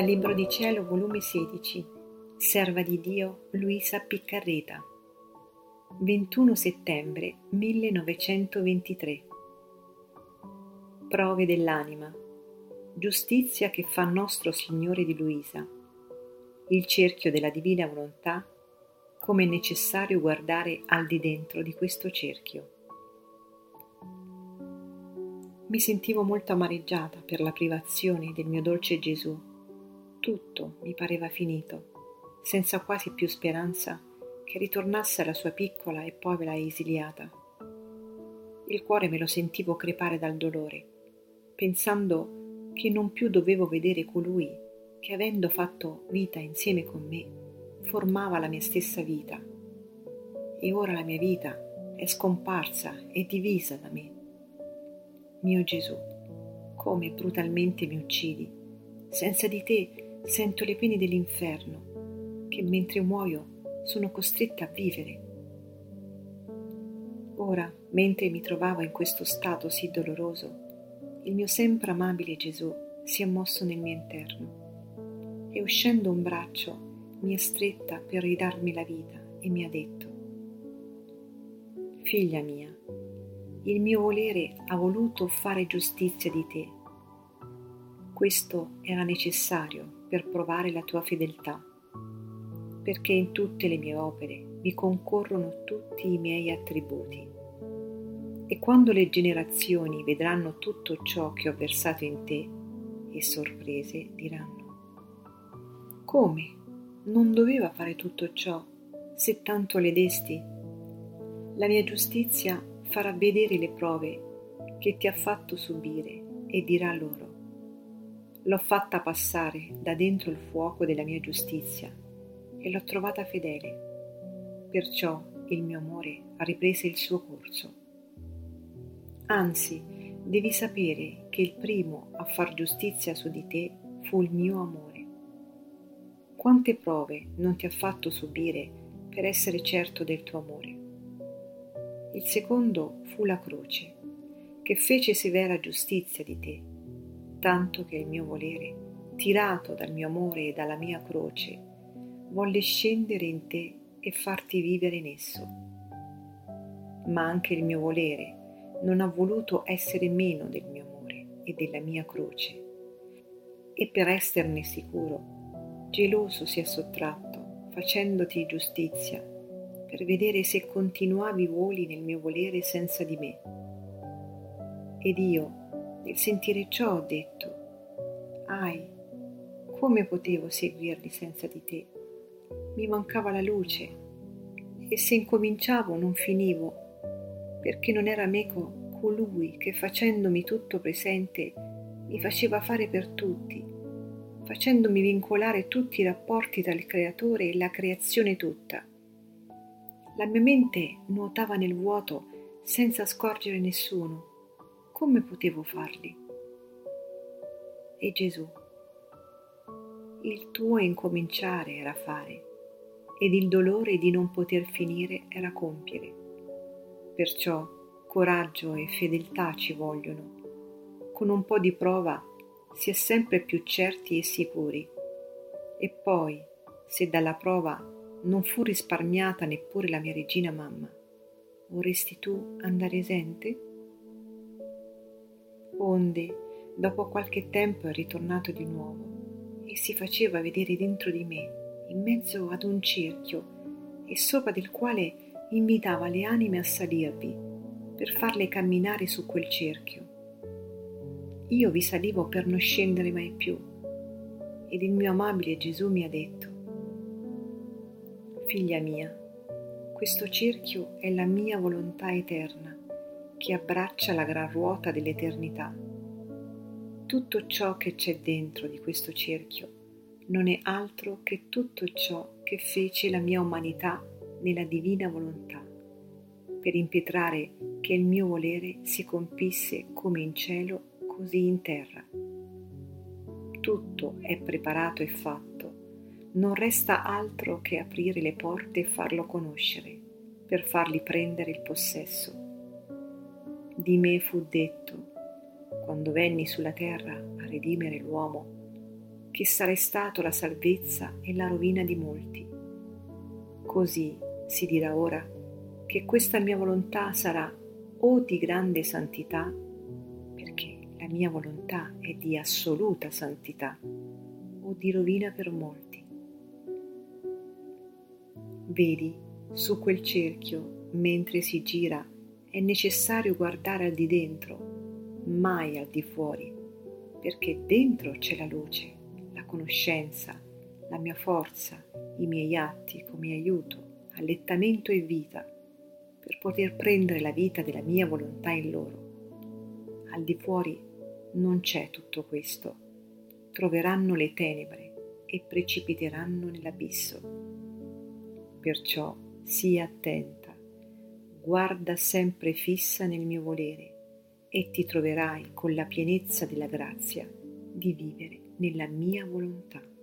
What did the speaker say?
Dal Libro di Cielo, volume 16, Serva di Dio Luisa Piccarreta, 21 settembre 1923. Prove dell'anima. Giustizia che fa nostro Signore di Luisa. Il cerchio della divina volontà, come è necessario guardare al di dentro di questo cerchio. Mi sentivo molto amareggiata per la privazione del mio dolce Gesù. Tutto mi pareva finito, senza quasi più speranza che ritornasse alla sua piccola e povera esiliata. Il cuore me lo sentivo crepare dal dolore, pensando che non più dovevo vedere colui che, avendo fatto vita insieme con me, formava la mia stessa vita. E ora la mia vita è scomparsa e divisa da me. Mio Gesù, come brutalmente mi uccidi! Senza di te sento le pene dell'inferno, che mentre muoio sono costretta a vivere. Ora, mentre mi trovavo in questo stato sì doloroso, il mio sempre amabile Gesù si è mosso nel mio interno e, uscendo un braccio, mi ha stretta per ridarmi la vita e mi ha detto: «Figlia mia, il mio volere ha voluto fare giustizia di te. Questo era necessario per provare la tua fedeltà, perché in tutte le mie opere vi concorrono tutti i miei attributi. E quando le generazioni vedranno tutto ciò che ho versato in te, e sorprese diranno: come? Non doveva fare tutto ciò, se tanto le desti? La mia giustizia farà vedere le prove che ti ha fatto subire e dirà loro: l'ho fatta passare da dentro il fuoco della mia giustizia e l'ho trovata fedele, perciò il mio amore ha ripreso il suo corso. Anzi, devi sapere che il primo a far giustizia su di te fu il mio amore. Quante prove non ti ha fatto subire per essere certo del tuo amore? Il secondo fu la croce, che fece severa giustizia di te, tanto che il mio volere, tirato dal mio amore e dalla mia croce, volle scendere in te e farti vivere in esso. Ma anche il mio volere non ha voluto essere meno del mio amore e della mia croce, e per esserne sicuro, geloso si è sottratto, facendoti giustizia, per vedere se continuavi voli nel mio volere senza di me. Ed io, nel sentire ciò, ho detto: ahi, come potevo seguirli senza di te? Mi mancava la luce, e se incominciavo non finivo, perché non era meco colui che, facendomi tutto presente, mi faceva fare per tutti, facendomi vincolare tutti i rapporti tra il Creatore e la creazione tutta. La mia mente nuotava nel vuoto senza scorgere nessuno. Come potevo farli? E Gesù, il tuo incominciare era fare, ed il dolore di non poter finire era compiere. Perciò coraggio e fedeltà ci vogliono. Con un po' di prova si è sempre più certi e sicuri. E poi, se dalla prova non fu risparmiata neppure la mia regina mamma, vorresti tu andare esente? Onde, dopo qualche tempo è ritornato di nuovo e si faceva vedere dentro di me, in mezzo ad un cerchio, e sopra del quale invitava le anime a salirvi per farle camminare su quel cerchio. Io vi salivo per non scendere mai più, ed il mio amabile Gesù mi ha detto: figlia mia, questo cerchio è la mia volontà eterna, che abbraccia la gran ruota dell'eternità. Tutto ciò che c'è dentro di questo cerchio non è altro che tutto ciò che fece la mia umanità nella divina volontà, per impetrare che il mio volere si compisse come in cielo, così in terra. Tutto è preparato e fatto, non resta altro che aprire le porte e farlo conoscere, per fargli prendere il possesso. Di me fu detto, quando venni sulla terra a redimere l'uomo: che sarai stato la salvezza e la rovina di molti. Così si dirà ora che questa mia volontà sarà o di grande santità, perché la mia volontà è di assoluta santità, o di rovina per molti. Vedi, su quel cerchio, mentre si gira, è necessario guardare al di dentro, mai al di fuori, perché dentro c'è la luce, la conoscenza, la mia forza, i miei atti come aiuto, allettamento e vita, per poter prendere la vita della mia volontà in loro. Al di fuori non c'è tutto questo. Troveranno le tenebre e precipiteranno nell'abisso. Perciò sii attenta, guarda sempre fissa nel mio volere e ti troverai con la pienezza della grazia di vivere nella mia volontà.